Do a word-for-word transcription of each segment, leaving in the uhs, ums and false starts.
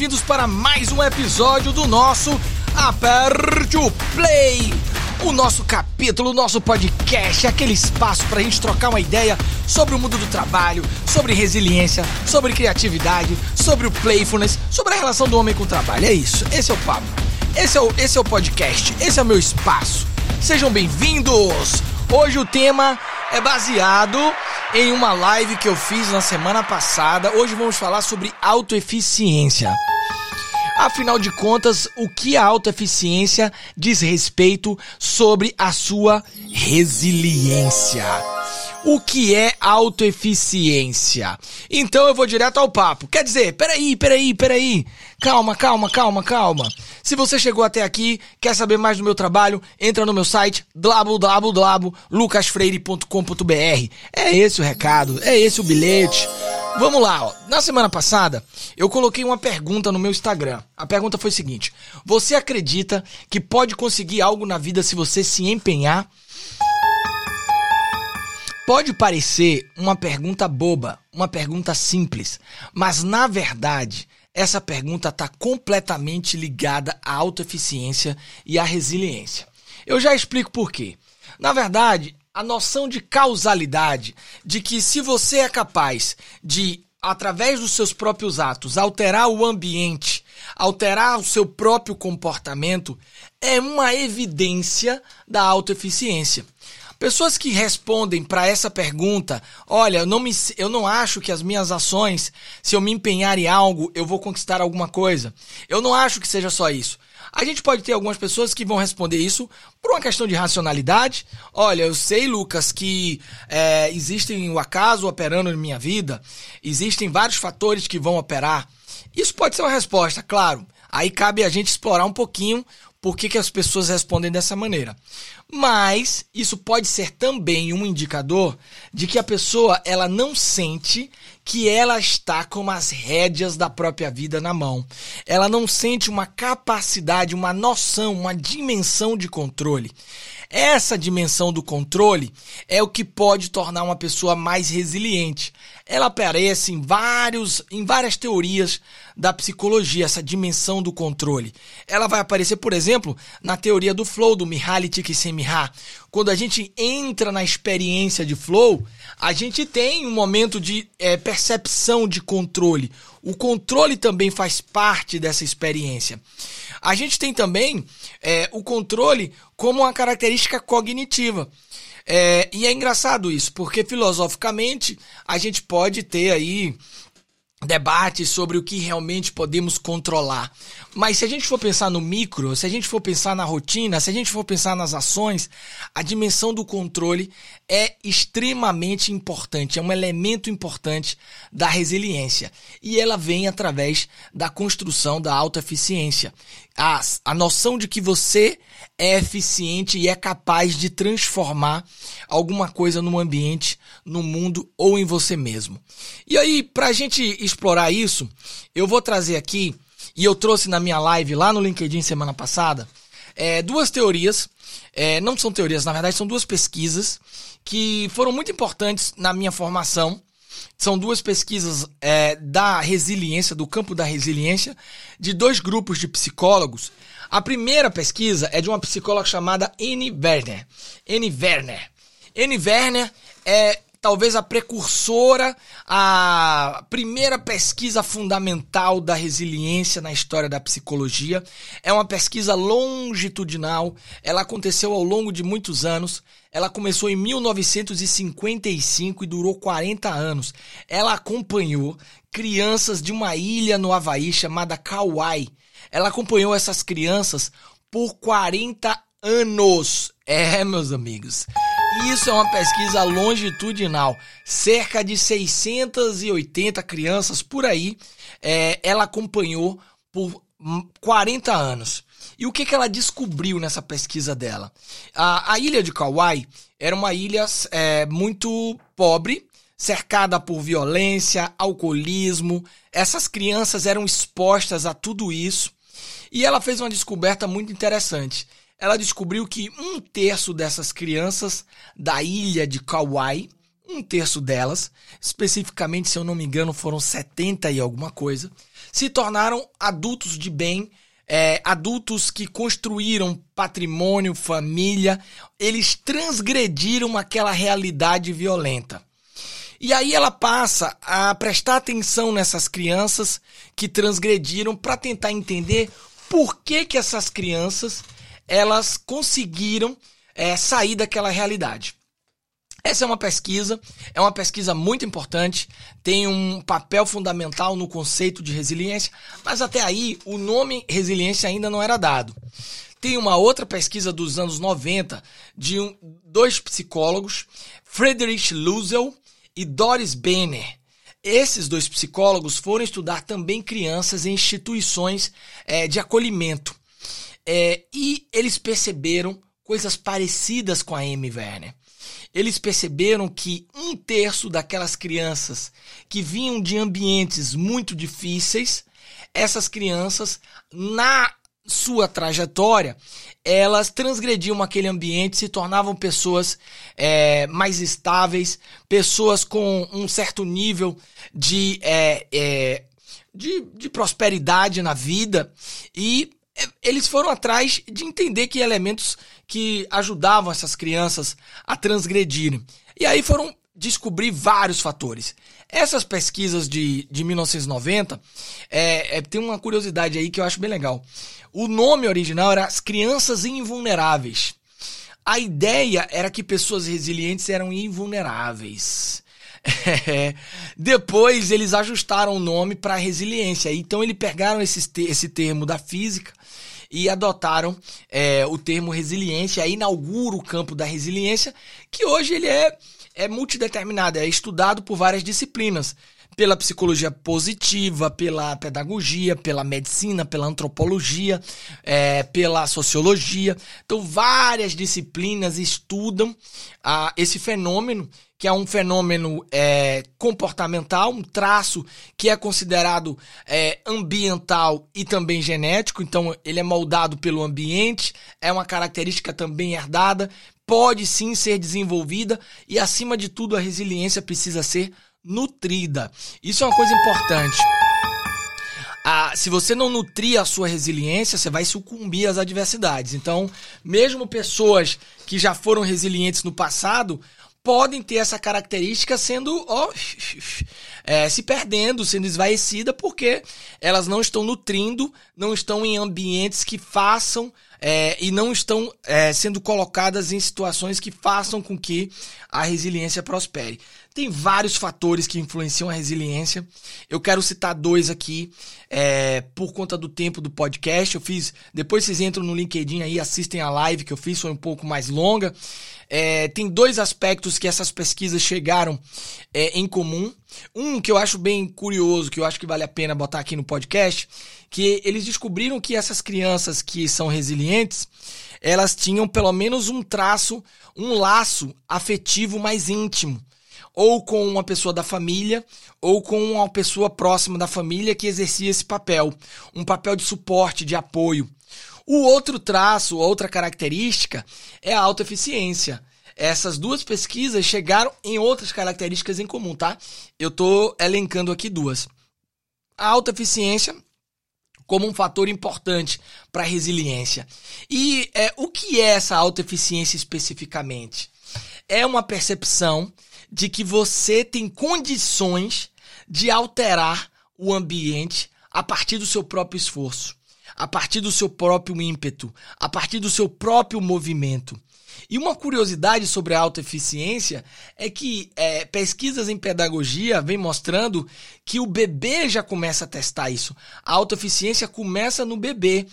bem-vindos para mais um episódio do nosso Aperte o Play, o nosso capítulo, o nosso podcast, aquele espaço para a gente trocar uma ideia sobre o mundo do trabalho, sobre resiliência, sobre criatividade, sobre o playfulness, sobre a relação do homem com o trabalho. É isso, esse é o papo, esse é o, esse é o podcast, esse é o meu espaço. Sejam bem-vindos! Hoje o tema é baseado em uma live que eu fiz na semana passada. Hoje vamos falar sobre autoeficiência. Afinal de contas, o que a autoeficiência diz respeito sobre a sua resiliência? O que é autoeficiência? Então eu vou direto ao papo. Quer dizer, peraí, peraí, peraí. Calma, calma, calma, calma. Se você chegou até aqui, quer saber mais do meu trabalho, entra no meu site w w w ponto lucas freire ponto com ponto b r. É esse o recado, é esse o bilhete. Vamos lá, ó. Na semana passada, eu coloquei uma pergunta no meu Instagram. A pergunta foi a seguinte: você acredita que pode conseguir algo na vida se você se empenhar? Pode parecer uma pergunta boba, uma pergunta simples, mas na verdade, essa pergunta está completamente ligada à autoeficiência e à resiliência. Eu já explico por quê. Na verdade, a noção de causalidade, de que se você é capaz de, através dos seus próprios atos, alterar o ambiente, alterar o seu próprio comportamento, é uma evidência da autoeficiência. Pessoas que respondem para essa pergunta, olha, eu não, me, eu não acho que as minhas ações, se eu me empenhar em algo, eu vou conquistar alguma coisa. Eu não acho que seja só isso. A gente pode ter algumas pessoas que vão responder isso por uma questão de racionalidade. Olha, eu sei, Lucas, que é, existem o acaso operando em minha vida, existem vários fatores que vão operar. Isso pode ser uma resposta, claro. Aí cabe a gente explorar um pouquinho por que que as pessoas respondem dessa maneira. Mas isso pode ser também um indicador de que a pessoa ela não sente que ela está com as rédeas da própria vida na mão. Ela não sente uma capacidade, uma noção, uma dimensão de controle. Essa dimensão do controle é o que pode tornar uma pessoa mais resiliente. Ela aparece em, vários, em várias teorias da psicologia, essa dimensão do controle. Ela vai aparecer, por exemplo, na teoria do flow, do Mihaly Csikszentmihalyi. Quando a gente entra na experiência de flow, a gente tem um momento de é, percepção de controle. O controle também faz parte dessa experiência. A gente tem também é, o controle como uma característica cognitiva. É, e é engraçado isso, porque filosoficamente a gente pode ter aí debates sobre o que realmente podemos controlar. Mas se a gente for pensar no micro, se a gente for pensar na rotina, se a gente for pensar nas ações, a dimensão do controle é extremamente importante, é um elemento importante da resiliência. E ela vem através da construção da autoeficiência. A, a noção de que você é eficiente e é capaz de transformar alguma coisa no ambiente, no mundo ou em você mesmo. E aí, para a gente explorar isso, eu vou trazer aqui, e eu trouxe na minha live lá no LinkedIn semana passada, é, duas teorias, é, não são teorias, na verdade são duas pesquisas que foram muito importantes na minha formação. São duas pesquisas é, da resiliência, do campo da resiliência, de dois grupos de psicólogos. A primeira pesquisa é de uma psicóloga chamada Annie Werner. Annie Werner. Annie Werner é talvez a precursora, a primeira pesquisa fundamental da resiliência na história da psicologia. É uma pesquisa longitudinal, ela aconteceu ao longo de muitos anos. Ela começou em mil novecentos e cinquenta e cinco e durou quarenta anos. Ela acompanhou crianças de uma ilha no Havaí chamada Kauai. Ela acompanhou essas crianças por quarenta anos. É, meus amigos. Isso é uma pesquisa longitudinal. Cerca de seiscentas e oitenta crianças por aí, é, ela acompanhou por quarenta anos. E o que, que ela descobriu nessa pesquisa dela? A, a ilha de Kauai era uma ilha é, muito pobre, cercada por violência, alcoolismo. Essas crianças eram expostas a tudo isso. E ela fez uma descoberta muito interessante. Ela descobriu que um terço dessas crianças da ilha de Kauai, um terço delas, especificamente, se eu não me engano, foram setenta e alguma coisa, se tornaram adultos de bem, é, adultos que construíram patrimônio, família, eles transgrediram aquela realidade violenta. E aí ela passa a prestar atenção nessas crianças que transgrediram para tentar entender por que que essas crianças elas conseguiram é, sair daquela realidade. Essa é uma pesquisa, é uma pesquisa muito importante, tem um papel fundamental no conceito de resiliência, mas até aí o nome resiliência ainda não era dado. Tem uma outra pesquisa dos anos noventa de um, dois psicólogos, Friedrich Losel e Doris Benner. Esses dois psicólogos foram estudar também crianças em instituições é, de acolhimento. É, e eles perceberam coisas parecidas com a Amy Werner. Eles perceberam que um terço daquelas crianças que vinham de ambientes muito difíceis, essas crianças, na sua trajetória, elas transgrediam aquele ambiente, se tornavam pessoas é, mais estáveis, pessoas com um certo nível de, é, é, de, de prosperidade na vida, e eles foram atrás de entender que elementos que ajudavam essas crianças a transgredirem. E aí foram descobrir vários fatores. Essas pesquisas de, de mil novecentos e noventa, é, é, tem uma curiosidade aí que eu acho bem legal. O nome original era As Crianças Invulneráveis. A ideia era que pessoas resilientes eram invulneráveis. É, depois eles ajustaram o nome para resiliência. Então eles pegaram esse, esse termo da física e adotaram é, o termo resiliência. Aí inaugura o campo da resiliência, que hoje ele é, é multideterminado, é estudado por várias disciplinas. Pela psicologia positiva, pela pedagogia, pela medicina, pela antropologia, é, pela sociologia. Então, várias disciplinas estudam ah, esse fenômeno, que é um fenômeno é, comportamental, um traço que é considerado é, ambiental e também genético. Então, ele é moldado pelo ambiente, é uma característica também herdada, pode sim ser desenvolvida e, acima de tudo, a resiliência precisa ser nutrida. Isso é uma coisa importante. Ah, se você não nutrir a sua resiliência, você vai sucumbir às adversidades. Então, mesmo pessoas que já foram resilientes no passado podem ter essa característica sendo ó, é, se perdendo, sendo esvaecida, porque elas não estão nutrindo, não estão em ambientes que façam é, e não estão é, sendo colocadas em situações que façam com que a resiliência prospere. Tem vários fatores que influenciam a resiliência. Eu quero citar dois aqui, é, por conta do tempo do podcast. Eu fiz, depois vocês entram no LinkedIn aí, assistem a live que eu fiz, foi um pouco mais longa. É, tem dois aspectos que essas pesquisas chegaram é, em comum. Um que eu acho bem curioso, que eu acho que vale a pena botar aqui no podcast, que eles descobriram que essas crianças que são resilientes, elas tinham pelo menos um traço, um laço afetivo mais íntimo, ou com uma pessoa da família, ou com uma pessoa próxima da família que exercia esse papel, um papel de suporte, de apoio. O outro traço, outra característica, é a autoeficiência. Essas duas pesquisas chegaram em outras características em comum, tá? Eu tô elencando aqui duas. A autoeficiência como um fator importante para a resiliência. E é, o que é essa autoeficiência especificamente? É uma percepção de que você tem condições de alterar o ambiente a partir do seu próprio esforço, a partir do seu próprio ímpeto, a partir do seu próprio movimento. E uma curiosidade sobre a autoeficiência é que é, pesquisas em pedagogia vêm mostrando que o bebê já começa a testar isso. A autoeficiência começa no bebê.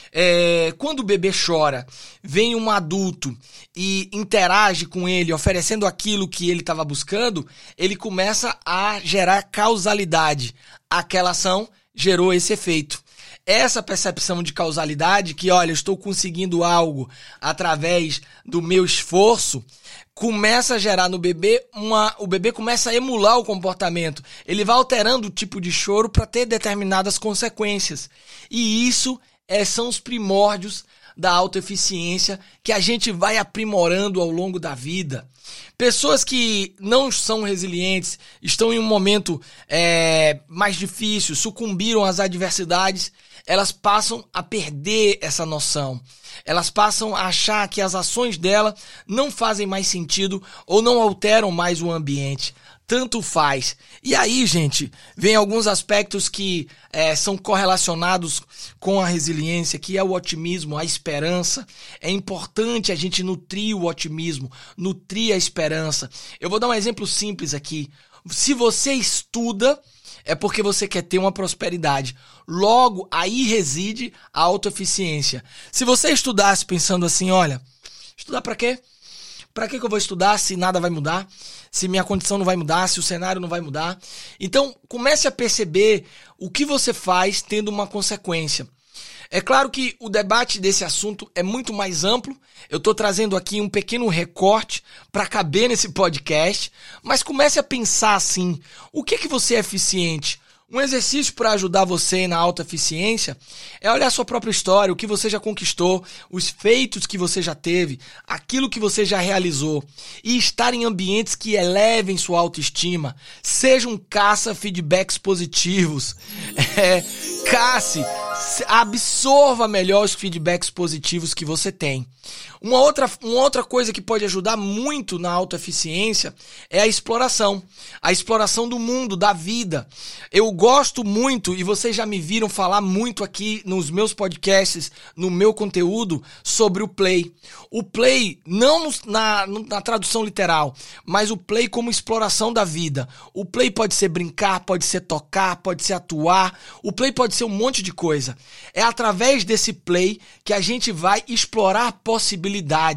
É, quando o bebê chora, vem um adulto e interage com ele, oferecendo aquilo que ele estava buscando, ele começa a gerar causalidade. Aquela ação gerou esse efeito. Essa percepção de causalidade, que olha, eu estou conseguindo algo através do meu esforço, começa a gerar no bebê uma... O bebê começa a emular o comportamento. Ele vai alterando o tipo de choro para ter determinadas consequências. E isso é, são os primórdios da autoeficiência que a gente vai aprimorando ao longo da vida. Pessoas que não são resilientes, estão em um momento é, mais difícil, sucumbiram às adversidades, elas passam a perder essa noção. Elas passam a achar que as ações dela não fazem mais sentido ou não alteram mais o ambiente. Tanto faz. E aí, gente, vem alguns aspectos que é, são correlacionados com a resiliência, que é o otimismo, a esperança. É importante a gente nutrir o otimismo, nutrir a esperança. Eu vou dar um exemplo simples aqui. Se você estuda, é porque você quer ter uma prosperidade. Logo, aí reside a autoeficiência. Se você estudasse pensando assim, olha, estudar pra quê? Pra que que eu vou estudar se nada vai mudar? Se minha condição não vai mudar, se o cenário não vai mudar? Então, comece a perceber o que você faz tendo uma consequência. É claro que o debate desse assunto é muito mais amplo. Eu estou trazendo aqui um pequeno recorte para caber nesse podcast, mas comece a pensar assim, o que que você é eficiente? Um exercício para ajudar você na autoeficiência é olhar a sua própria história, o que você já conquistou, os feitos que você já teve, aquilo que você já realizou e estar em ambientes que elevem sua autoestima. Seja um caça feedbacks positivos, é, casse, absorva melhor os feedbacks positivos que você tem. Uma outra, uma outra coisa que pode ajudar muito na autoeficiência é a exploração. A exploração do mundo, da vida. Eu gosto muito, e vocês já me viram falar muito aqui nos meus podcasts, no meu conteúdo, sobre o play. O play, não na, na tradução literal, mas o play como exploração da vida. O play pode ser brincar, pode ser tocar, pode ser atuar. O play pode ser um monte de coisa. É através desse play que a gente vai explorar possibilidades.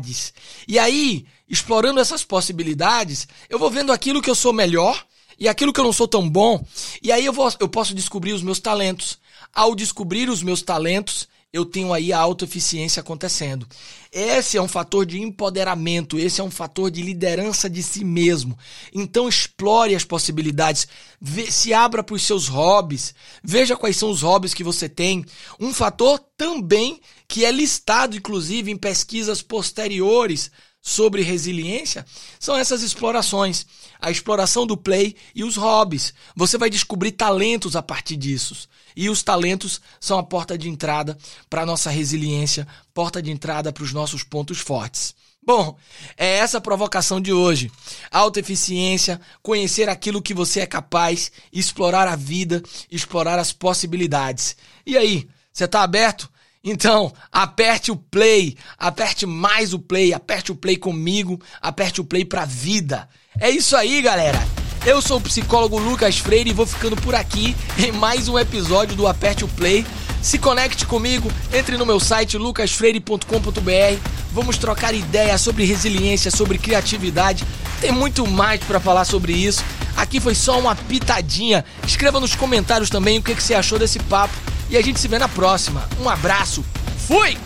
E aí, explorando essas possibilidades, eu vou vendo aquilo que eu sou melhor e aquilo que eu não sou tão bom, e aí eu, vou, eu posso descobrir os meus talentos. Ao descobrir os meus talentos, eu tenho aí a autoeficiência acontecendo. Esse é um fator de empoderamento, esse é um fator de liderança de si mesmo. Então explore as possibilidades, vê, se abra para os seus hobbies, veja quais são os hobbies que você tem. Um fator também que é listado, inclusive, em pesquisas posteriores sobre resiliência, são essas explorações. A exploração do play e os hobbies. Você vai descobrir talentos a partir disso. E os talentos são a porta de entrada para a nossa resiliência, porta de entrada para os nossos pontos fortes. Bom, é essa a provocação de hoje. Autoeficiência, conhecer aquilo que você é capaz, explorar a vida, explorar as possibilidades. E aí, você está aberto? Então, aperte o play, aperte mais o play, aperte o play comigo, aperte o play pra vida. É isso aí, galera. Eu sou o psicólogo Lucas Freire e vou ficando por aqui em mais um episódio do Aperte o Play. Se conecte comigo, entre no meu site lucas freire ponto com ponto b r. Vamos trocar ideias sobre resiliência, sobre criatividade. Tem muito mais pra falar sobre isso. Aqui foi só uma pitadinha. Escreva nos comentários também o que você achou desse papo. E a gente se vê na próxima. Um abraço. Fui!